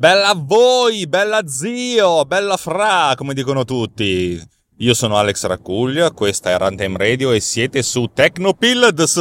Bella a voi, bella zio, bella fra, come dicono tutti. Io sono Alex Raccuglia, questa è Runtime Radio e siete su Tecnopills.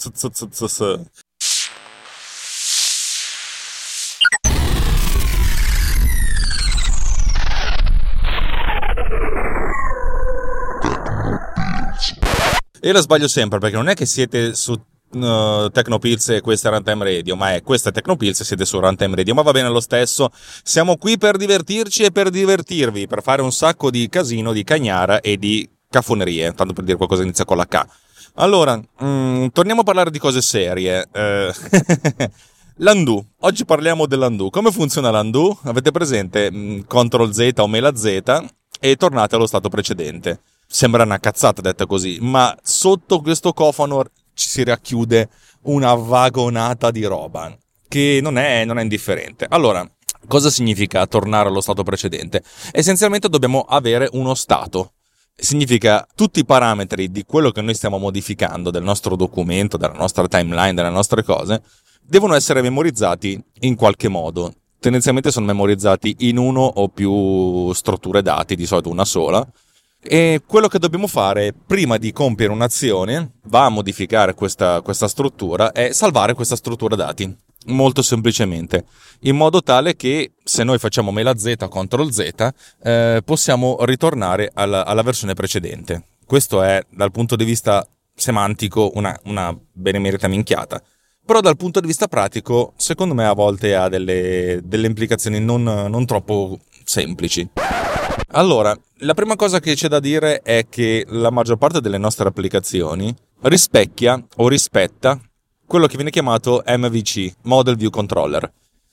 E la sbaglio sempre, perché non è che siete su Tecnopills e questa è Runtime Radio, ma è questa è Tecnopills e siete su Runtime Radio, ma va bene lo stesso. Siamo qui per divertirci e per divertirvi, per fare un sacco di casino, di cagnara e di cafonerie, tanto per dire qualcosa inizia con la K. Allora, torniamo a parlare di cose serie. L'undo. Oggi parliamo dell'undo. Come funziona l'undo? Avete presente? Ctrl Z o Mela Z e tornate allo stato precedente. Sembra una cazzata detta così, ma sotto questo cofano ci si racchiude una vagonata di roba che non è indifferente. Allora, cosa significa tornare allo stato precedente? Essenzialmente dobbiamo avere uno stato. Significa tutti i parametri di quello che noi stiamo modificando, del nostro documento, della nostra timeline, delle nostre cose, devono essere memorizzati in qualche modo. Tendenzialmente sono memorizzati in uno o più strutture dati, di solito una sola. E quello che dobbiamo fare prima di compiere un'azione, va a modificare questa struttura, è salvare questa struttura dati, molto semplicemente, in modo tale che se noi facciamo Mela Z o Ctrl Z possiamo ritornare alla versione precedente. Questo è dal punto di vista semantico una benemerita minchiata, però dal punto di vista pratico secondo me a volte ha delle implicazioni non troppo semplici. Allora, la prima cosa che c'è da dire è che la maggior parte delle nostre applicazioni rispecchia o rispetta quello che viene chiamato MVC, Model View Controller.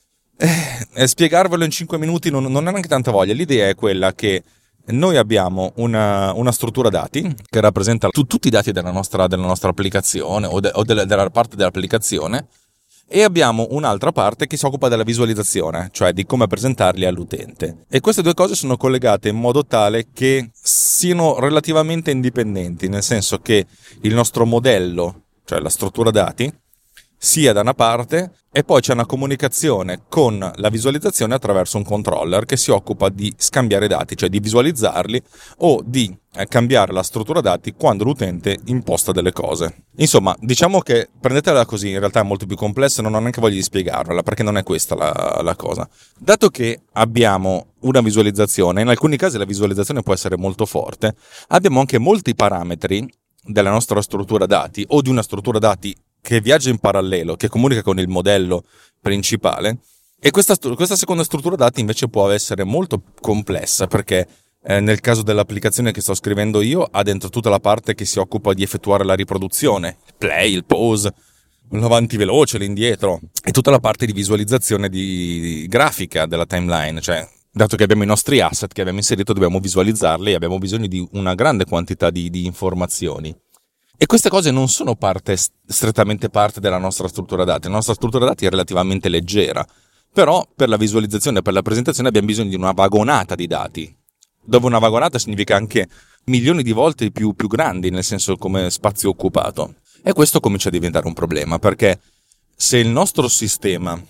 Spiegarvelo in 5 minuti non ho neanche tanta voglia. L'idea è quella che noi abbiamo una struttura dati che rappresenta tutti i dati della nostra applicazione o della parte dell'applicazione, e abbiamo un'altra parte che si occupa della visualizzazione, cioè di come presentarli all'utente. E queste due cose sono collegate in modo tale che siano relativamente indipendenti, nel senso che il nostro modello, cioè la struttura dati, sia da una parte e poi c'è una comunicazione con la visualizzazione attraverso un controller che si occupa di scambiare dati, cioè di visualizzarli o di cambiare la struttura dati quando l'utente imposta delle cose. Insomma, diciamo che prendetela così, in realtà è molto più complessa e non ho neanche voglia di spiegarvela perché non è questa la cosa. Dato che abbiamo una visualizzazione, in alcuni casi la visualizzazione può essere molto forte, abbiamo anche molti parametri della nostra struttura dati o di una struttura dati che viaggia in parallelo, che comunica con il modello principale, e questa seconda struttura dati invece può essere molto complessa perché nel caso dell'applicazione che sto scrivendo io ha dentro tutta la parte che si occupa di effettuare la riproduzione, il play, il pause, l'avanti veloce, l'indietro, e tutta la parte di visualizzazione di grafica della timeline, cioè dato che abbiamo i nostri asset che abbiamo inserito dobbiamo visualizzarli e abbiamo bisogno di una grande quantità di informazioni. E queste cose non sono strettamente parte della nostra struttura dati. La nostra struttura dati è relativamente leggera, però per la visualizzazione e per la presentazione abbiamo bisogno di una vagonata di dati, dove una vagonata significa anche milioni di volte più grandi, nel senso come spazio occupato. E questo comincia a diventare un problema, perché se il nostro sistema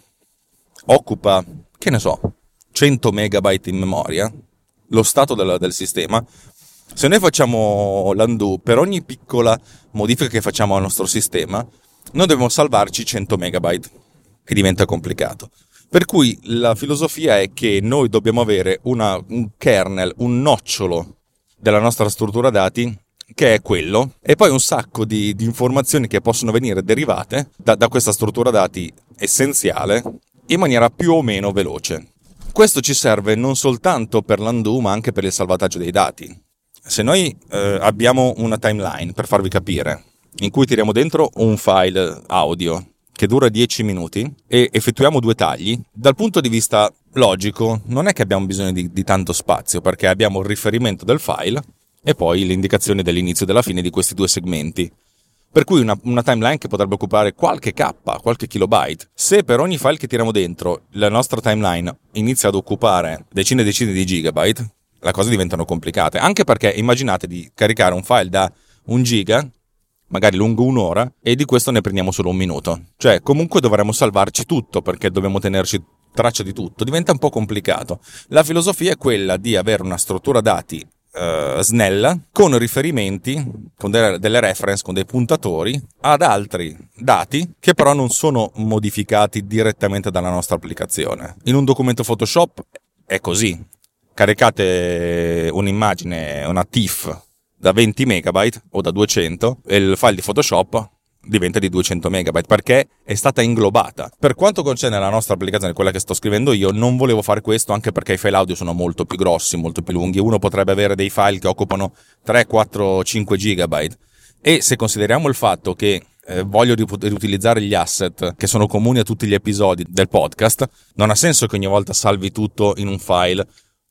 occupa, 100 megabyte in memoria, lo stato del sistema, se noi facciamo l'undo per ogni piccola modifica che facciamo al nostro sistema, noi dobbiamo salvarci 100 megabyte e diventa complicato. Per cui la filosofia è che noi dobbiamo avere un kernel, un nocciolo della nostra struttura dati che è quello, e poi un sacco di informazioni che possono venire derivate da questa struttura dati essenziale in maniera più o meno veloce. Questo ci serve non soltanto per l'undo ma anche per il salvataggio dei dati. Se noi abbiamo una timeline, per farvi capire, in cui tiriamo dentro un file audio che dura 10 minuti e effettuiamo 2 tagli, dal punto di vista logico non è che abbiamo bisogno di tanto spazio, perché abbiamo il riferimento del file e poi l'indicazione dell'inizio e della fine di questi 2 segmenti. Per cui una timeline che potrebbe occupare qualche kilobyte. Se per ogni file che tiriamo dentro la nostra timeline inizia ad occupare decine e decine di gigabyte, le cose diventano complicate, anche perché immaginate di caricare un file da 1 giga, magari lungo 1 ora, e di questo ne prendiamo solo 1 minuto. Cioè, comunque dovremmo salvarci tutto, perché dobbiamo tenerci traccia di tutto, diventa un po' complicato. La filosofia è quella di avere una struttura dati snella, con riferimenti, con delle reference, con dei puntatori ad altri dati che però non sono modificati direttamente dalla nostra applicazione. In un documento Photoshop è così: caricate un'immagine, una TIFF da 20 megabyte o da 200 e il file di Photoshop diventa di 200 megabyte perché è stata inglobata. Per quanto concerne la nostra applicazione, quella che sto scrivendo io, non volevo fare questo, anche perché i file audio sono molto più grossi, molto più lunghi. Uno potrebbe avere dei file che occupano 3, 4, 5 gigabyte, e se consideriamo il fatto che voglio riutilizzare gli asset che sono comuni a tutti gli episodi del podcast, non ha senso che ogni volta salvi tutto in un file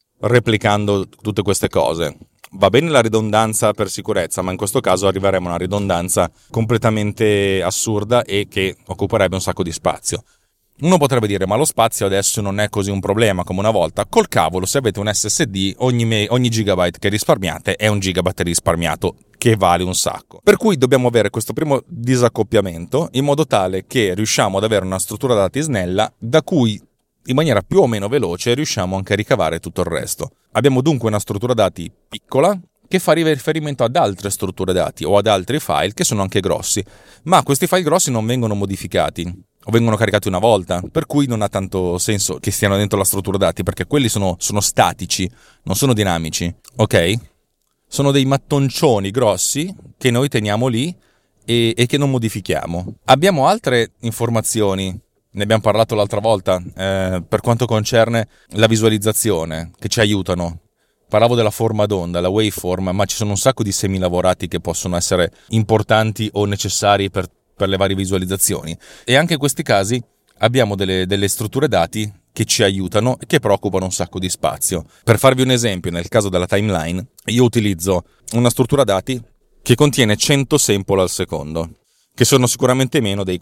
replicando tutte queste cose. Va bene la ridondanza per sicurezza, ma in questo caso arriveremo a una ridondanza completamente assurda e che occuperebbe un sacco di spazio. Uno potrebbe dire: ma lo spazio adesso non è così un problema come una volta. Col cavolo, se avete un SSD, ogni gigabyte che risparmiate è un gigabyte risparmiato, che vale un sacco. Per cui dobbiamo avere questo primo disaccoppiamento, in modo tale che riusciamo ad avere una struttura dati snella, da cui in maniera più o meno veloce riusciamo anche a ricavare tutto il resto. Abbiamo dunque una struttura dati piccola che fa riferimento ad altre strutture dati o ad altri file che sono anche grossi, ma questi file grossi non vengono modificati o vengono caricati una volta, per cui non ha tanto senso che stiano dentro la struttura dati, perché quelli sono statici, non sono dinamici, ok? Sono dei mattoncioni grossi che noi teniamo lì e che non modifichiamo. Abbiamo altre informazioni. Ne abbiamo parlato l'altra volta, per quanto concerne la visualizzazione, che ci aiutano. Parlavo della forma d'onda, la waveform, ma ci sono un sacco di semilavorati che possono essere importanti o necessari per le varie visualizzazioni. E anche in questi casi abbiamo delle strutture dati che ci aiutano e che però occupano un sacco di spazio. Per farvi un esempio, nel caso della timeline, io utilizzo una struttura dati che contiene 100 sample al secondo, che sono sicuramente meno dei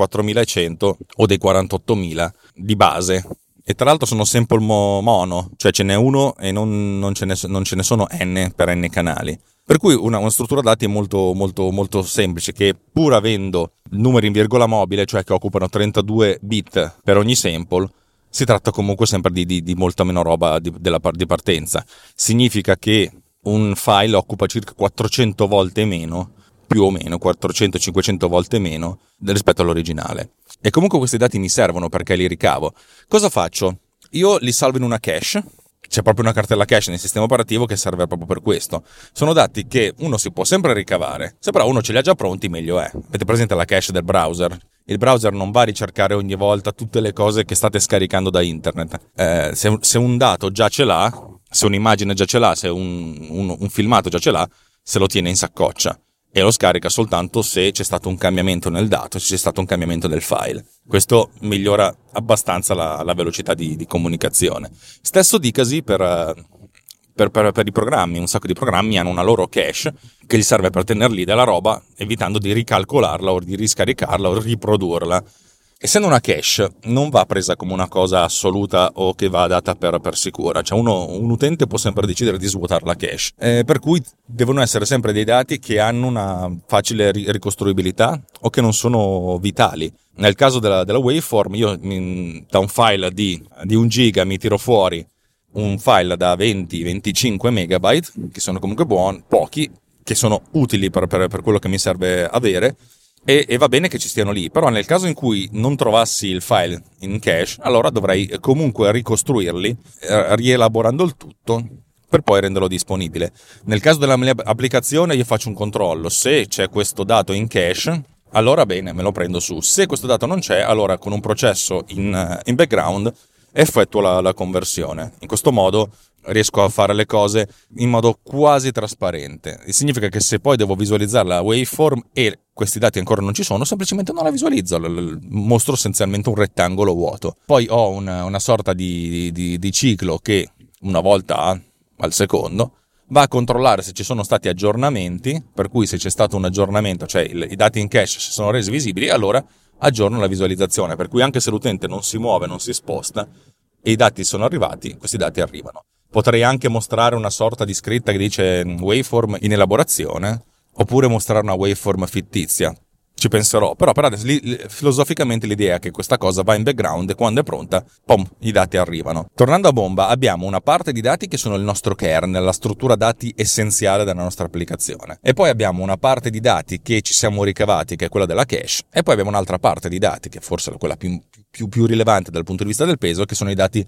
44.100 o dei 48.000 di base. E tra l'altro sono sample mono, cioè ce n'è uno e non ce ne sono n per n canali. Per cui una struttura dati è molto, molto, molto semplice, che pur avendo numeri in virgola mobile, cioè che occupano 32 bit per ogni sample, si tratta comunque sempre di molta meno roba di partenza. Significa che un file occupa circa 400 volte meno, più o meno 400-500 volte meno rispetto all'originale. E comunque questi dati mi servono perché li ricavo. Cosa faccio? Io li salvo in una cache. C'è proprio una cartella cache nel sistema operativo che serve proprio per questo. Sono dati che uno si può sempre ricavare, se però uno ce li ha già pronti meglio è. Avete presente la cache del browser? Il browser non va a ricercare ogni volta tutte le cose che state scaricando da internet. Se un dato già ce l'ha, se un'immagine già ce l'ha, se un filmato già ce l'ha, se lo tiene in saccoccia e lo scarica soltanto se c'è stato un cambiamento nel dato, se c'è stato un cambiamento nel file. Questo migliora abbastanza la velocità di comunicazione. Stesso dicasi per i programmi. Un sacco di programmi hanno una loro cache che gli serve per tener lì della roba, evitando di ricalcolarla o di riscaricarla o riprodurla. Essendo una cache, non va presa come una cosa assoluta o che va data per sicura. Cioè un utente può sempre decidere di svuotare la cache, per cui devono essere sempre dei dati che hanno una facile ricostruibilità o che non sono vitali. Nel caso della waveform, io da un file di 1 giga mi tiro fuori un file da 20-25 megabyte, che sono comunque pochi, che sono utili per quello che mi serve avere, e va bene che ci stiano lì. Però nel caso in cui non trovassi il file in cache, allora dovrei comunque ricostruirli, rielaborando il tutto per poi renderlo disponibile. Nel caso della mia applicazione io faccio un controllo: se c'è questo dato in cache, allora bene, me lo prendo su. Se questo dato non c'è, allora con un processo in background effettuo la conversione. In questo modo riesco a fare le cose in modo quasi trasparente. Significa che se poi devo visualizzare la waveform e questi dati ancora non ci sono, semplicemente non la visualizzo, mostro essenzialmente un rettangolo vuoto. Poi ho una sorta di ciclo che una volta al secondo va a controllare se ci sono stati aggiornamenti, per cui se c'è stato un aggiornamento, cioè i dati in cache si sono resi visibili, allora aggiorno la visualizzazione, per cui anche se l'utente non si muove, non si sposta e i dati sono arrivati, questi dati arrivano. Potrei anche mostrare una sorta di scritta che dice waveform in elaborazione, oppure mostrare una waveform fittizia. ci penserò, però per adesso filosoficamente l'idea è che questa cosa va in background e quando è pronta, pom, i dati arrivano. Tornando a bomba, abbiamo una parte di dati che sono il nostro kernel, la struttura dati essenziale della nostra applicazione, e poi abbiamo una parte di dati che ci siamo ricavati, che è quella della cache, e poi abbiamo un'altra parte di dati che forse è quella più rilevante dal punto di vista del peso, che sono i dati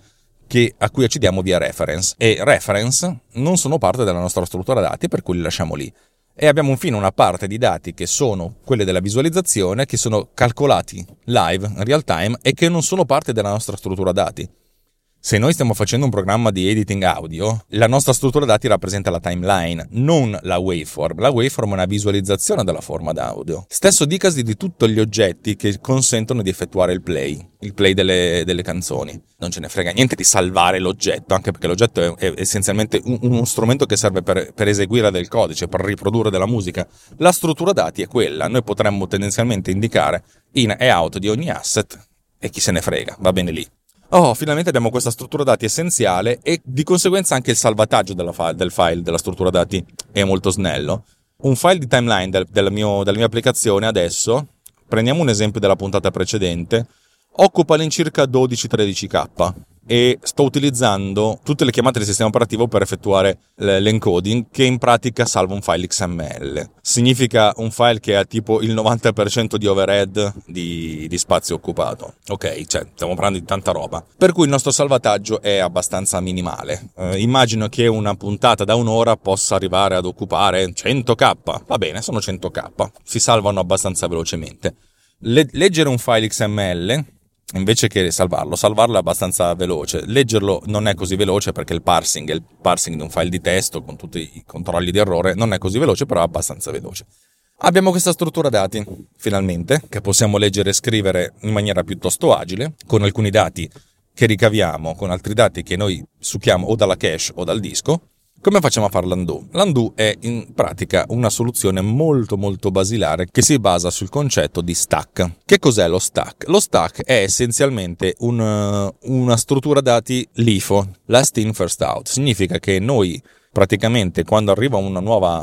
a cui accediamo via reference, e reference non sono parte della nostra struttura dati, per cui li lasciamo lì. E abbiamo infine una parte di dati che sono quelle della visualizzazione, che sono calcolati live, in real time, e che non sono parte della nostra struttura dati. Se noi stiamo facendo un programma di editing audio, la nostra struttura dati rappresenta la timeline, non la waveform. La waveform è una visualizzazione della forma d'audio. Stesso dicasi di tutti gli oggetti che consentono di effettuare il play delle canzoni. Non ce ne frega niente di salvare l'oggetto, anche perché l'oggetto è essenzialmente uno strumento che serve per eseguire del codice, per riprodurre della musica. La struttura dati è quella. Noi potremmo tendenzialmente indicare in e out di ogni asset, e chi se ne frega, va bene lì. Oh, finalmente abbiamo questa struttura dati essenziale, e di conseguenza anche il salvataggio del file della struttura dati è molto snello. Un file di timeline della mia applicazione adesso, prendiamo un esempio della puntata precedente, occupa all'incirca 12-13K, e sto utilizzando tutte le chiamate del sistema operativo per effettuare l'encoding, che in pratica salva un file XML. Significa un file che ha tipo il 90% di overhead di spazio occupato. Ok, cioè stiamo parlando di tanta roba. Per cui il nostro salvataggio è abbastanza minimale. Immagino che una puntata da un'ora possa arrivare ad occupare 100K. Va bene, sono 100K. Si salvano abbastanza velocemente. Leggere un file XML, invece che salvarlo è abbastanza veloce. Leggerlo non è così veloce, perché il parsing di un file di testo con tutti i controlli di errore non è così veloce, però è abbastanza veloce. Abbiamo questa struttura dati, finalmente, che possiamo leggere e scrivere in maniera piuttosto agile, con alcuni dati che ricaviamo, con altri dati che noi succhiamo o dalla cache o dal disco. Come facciamo a fare l'undo? L'undo è in pratica una soluzione molto molto basilare che si basa sul concetto di stack. Che cos'è lo stack? Lo stack è essenzialmente una struttura dati LIFO, last in first out. Significa che noi praticamente quando arriva un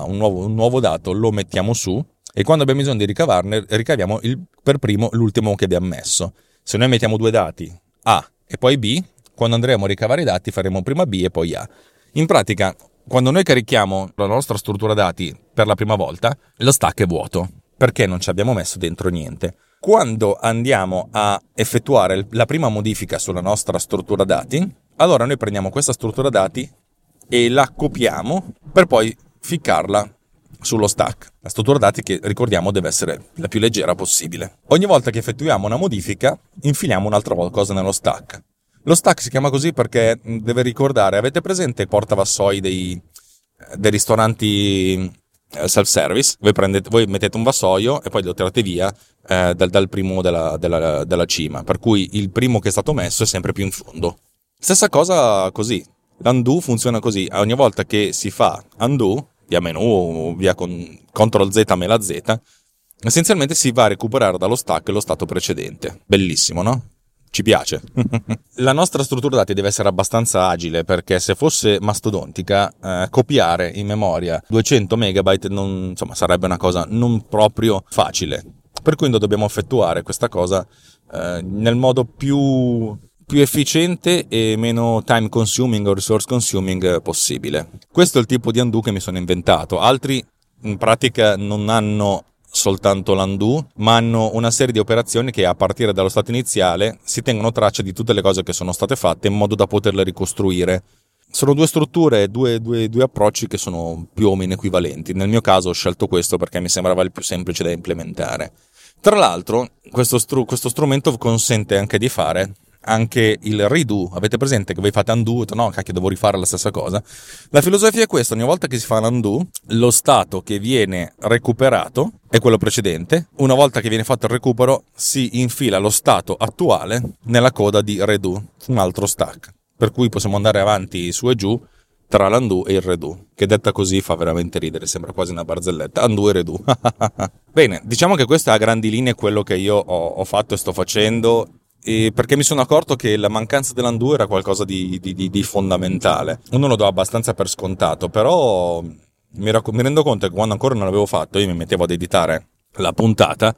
nuovo dato lo mettiamo su, e quando abbiamo bisogno di ricavarne ricaviamo per primo l'ultimo che abbiamo messo. Se noi mettiamo due dati, A e poi B, quando andremo a ricavare i dati faremo prima B e poi A. In pratica, quando noi carichiamo la nostra struttura dati per la prima volta, lo stack è vuoto, perché non ci abbiamo messo dentro niente. Quando andiamo a effettuare la prima modifica sulla nostra struttura dati, allora noi prendiamo questa struttura dati e la copiamo per poi ficcarla sullo stack. La struttura dati, che ricordiamo deve essere la più leggera possibile. Ogni volta che effettuiamo una modifica, infiliamo un'altra cosa nello stack. Lo stack si chiama così perché deve ricordare, avete presente i portavassoi dei ristoranti self-service? Voi mettete un vassoio e poi lo tirate via dal primo della cima, per cui il primo che è stato messo è sempre più in fondo. Stessa cosa così, l'undo funziona così, ogni volta che si fa undo, via menu o via con CTRL Z mela Z, essenzialmente si va a recuperare dallo stack lo stato precedente. Bellissimo, no? Ci piace. La nostra struttura dati deve essere abbastanza agile, perché se fosse mastodontica, copiare in memoria 200 megabyte sarebbe una cosa non proprio facile. Per cui dobbiamo effettuare questa cosa nel modo più efficiente e meno time consuming o resource consuming possibile. Questo è il tipo di undo che mi sono inventato. Altri in pratica non hanno soltanto l'undo, ma hanno una serie di operazioni che a partire dallo stato iniziale si tengono traccia di tutte le cose che sono state fatte in modo da poterle ricostruire. Sono due strutture, due approcci che sono più o meno equivalenti. Nel mio caso ho scelto questo perché mi sembrava il più semplice da implementare. Tra l'altro, questo strumento consente anche di fare anche il redo. Avete presente che voi fate undo, no, cacchio, devo rifare la stessa cosa? La filosofia è questa: ogni volta che si fa un undo, lo stato che viene recuperato è quello precedente. Una volta che viene fatto il recupero, si infila lo stato attuale nella coda di redo, un altro stack. Per cui possiamo andare avanti su e giù tra l'undo e il redo, che detta così fa veramente ridere, sembra quasi una barzelletta. Undo e redo. Bene, diciamo che questo è a grandi linee quello che io ho fatto e sto facendo, perché mi sono accorto che la mancanza dell'undo era qualcosa di fondamentale. Uno lo do abbastanza per scontato, però mi rendo conto che quando ancora non l'avevo fatto, io mi mettevo ad editare la puntata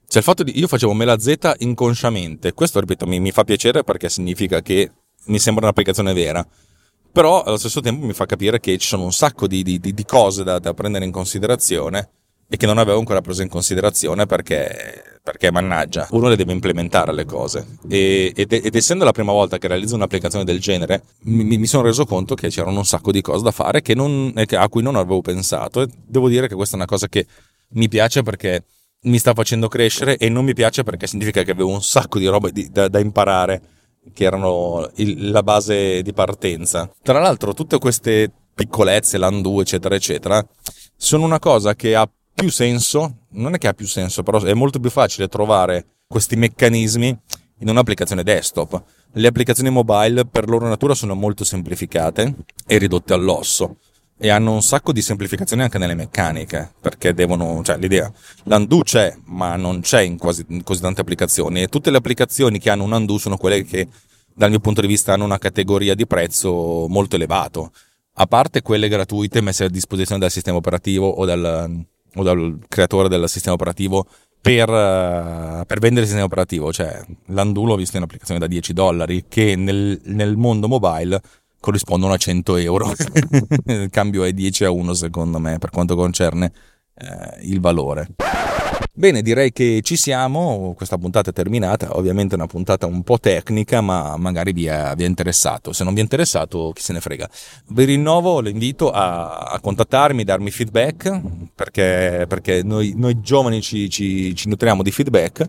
Cioè il fatto io facevo mela Z inconsciamente, questo ripeto mi fa piacere perché significa che mi sembra un'applicazione vera, però allo stesso tempo mi fa capire che ci sono un sacco di cose da prendere in considerazione e che non avevo ancora preso in considerazione perché mannaggia, uno le deve implementare le cose ed essendo la prima volta che realizzo un'applicazione del genere mi sono reso conto che c'erano un sacco di cose da fare a cui non avevo pensato, e devo dire che questa è una cosa che mi piace perché mi sta facendo crescere, e non mi piace perché significa che avevo un sacco di robe da imparare che erano la base di partenza. Tra l'altro tutte queste piccolezze, l'undo eccetera eccetera, sono una cosa che ha più senso, non è che ha più senso, però è molto più facile trovare questi meccanismi in un'applicazione desktop. Le applicazioni mobile per loro natura sono molto semplificate e ridotte all'osso, e hanno un sacco di semplificazioni anche nelle meccaniche, perché l'idea, l'undo c'è, ma non c'è in così tante applicazioni, e tutte le applicazioni che hanno un undo sono quelle che dal mio punto di vista hanno una categoria di prezzo molto elevato, a parte quelle gratuite messe a disposizione dal sistema operativo o dal creatore del sistema operativo per vendere il sistema operativo. Cioè l'undo l'ho visto in applicazione da $10 che nel mondo mobile corrispondono a 100 euro. Il cambio è 10-1 secondo me per quanto concerne il valore. Bene, direi che ci siamo, questa puntata è terminata, ovviamente è una puntata un po' tecnica, ma magari vi è interessato. Se non vi è interessato, chi se ne frega. Vi rinnovo l'invito a contattarmi, darmi feedback, perché noi giovani ci nutriamo di feedback.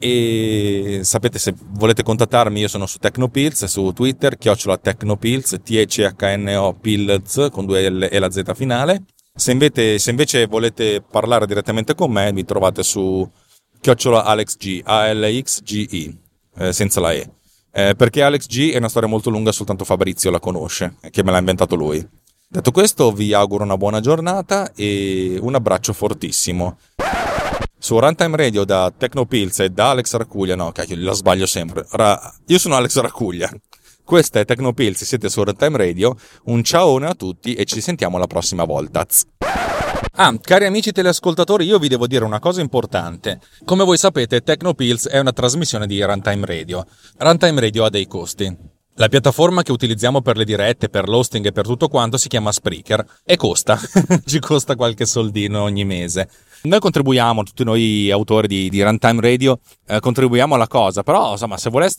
E sapete, se volete contattarmi, io sono su Technopills, su Twitter, @Technopills, THNO Pills con 2 L e la Z finale. Se invece volete parlare direttamente con me, mi trovate su @AlexG, ALXGI, senza la E. Perché Alex G è una storia molto lunga, soltanto Fabrizio la conosce, che me l'ha inventato lui. Detto questo, vi auguro una buona giornata e un abbraccio fortissimo. Su Runtime Radio da Technopills e da Alex Racuglia, no, cacchio, la sbaglio sempre. Io sono Alex Racuglia. Questa è Technopills, siete su Runtime Radio. Un ciaone a tutti e ci sentiamo la prossima volta. Cari amici teleascoltatori, io vi devo dire una cosa importante. Come voi sapete, Technopills è una trasmissione di Runtime Radio. Runtime Radio ha dei costi. La piattaforma che utilizziamo per le dirette, per l'hosting e per tutto quanto si chiama Spreaker e costa, ci costa qualche soldino ogni mese. Noi contribuiamo, tutti noi autori di Runtime Radio, contribuiamo alla cosa, però insomma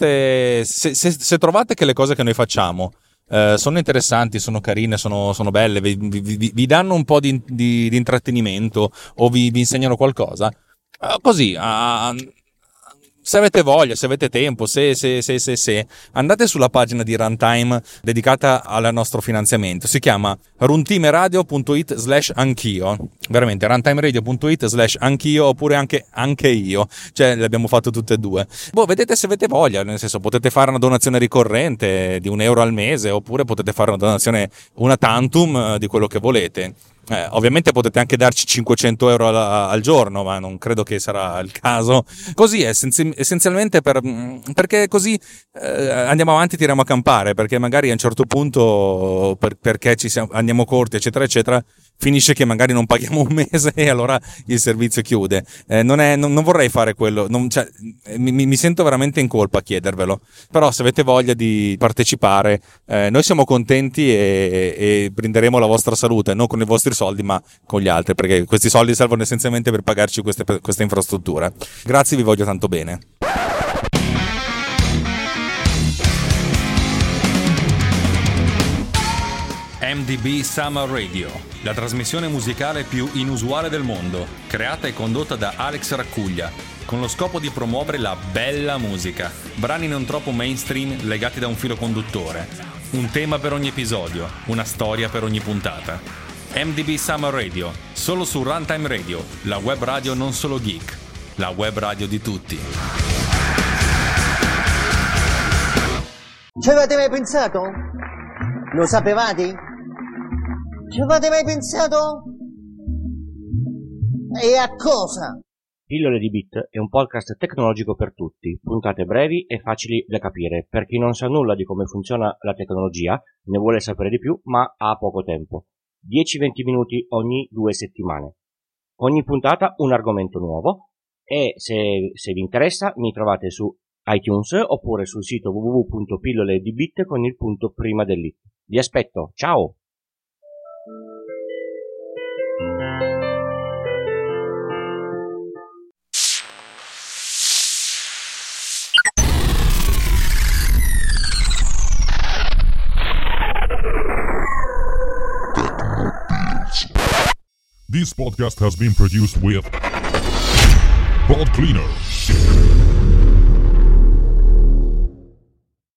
se trovate che le cose che noi facciamo sono interessanti, sono carine, sono belle, vi danno un po' di intrattenimento o vi insegnano qualcosa, così se avete voglia, se avete tempo, se andate sulla pagina di Runtime dedicata al nostro finanziamento, si chiama runtimeradio.it/anch'io, veramente runtimeradio.it/anch'io, oppure anche io, cioè le abbiamo fatto tutte e due. Vedete se avete voglia, nel senso, potete fare una donazione ricorrente di €1 al mese, oppure potete fare una donazione una tantum di quello che volete. Ovviamente potete anche darci €500 al giorno, ma non credo che sarà il caso. Così è essenzialmente perché così andiamo avanti, tiriamo a campare, perché magari a un certo punto perché andiamo corti eccetera eccetera, finisce che magari non paghiamo un mese e allora il servizio chiude. Non vorrei fare quello, mi sento veramente in colpa a chiedervelo, però se avete voglia di partecipare, noi siamo contenti e brinderemo la vostra salute, non con i vostri soldi ma con gli altri, perché questi soldi servono essenzialmente per pagarci questa infrastruttura. Grazie, vi voglio tanto bene. MDB Summer Radio, la trasmissione musicale più inusuale del mondo, creata e condotta da Alex Racuglia, con lo scopo di promuovere la bella musica, brani non troppo mainstream legati da un filo conduttore, un tema per ogni episodio, una storia per ogni puntata. MDB Summer Radio, solo su Runtime Radio, la web radio non solo geek, la web radio di tutti. Ci avete mai pensato? Lo sapevate? Ci avete mai pensato? E a cosa? Pillole di Bit è un podcast tecnologico per tutti, puntate brevi e facili da capire per chi non sa nulla di come funziona la tecnologia, ne vuole sapere di più ma ha poco tempo. 10-20 minuti ogni 2 settimane. Ogni puntata un argomento nuovo e se vi interessa mi trovate su iTunes oppure sul sito www.pilloledibit con il punto prima dell'it. Vi aspetto, ciao! This podcast has been produced with Pod Cleaner.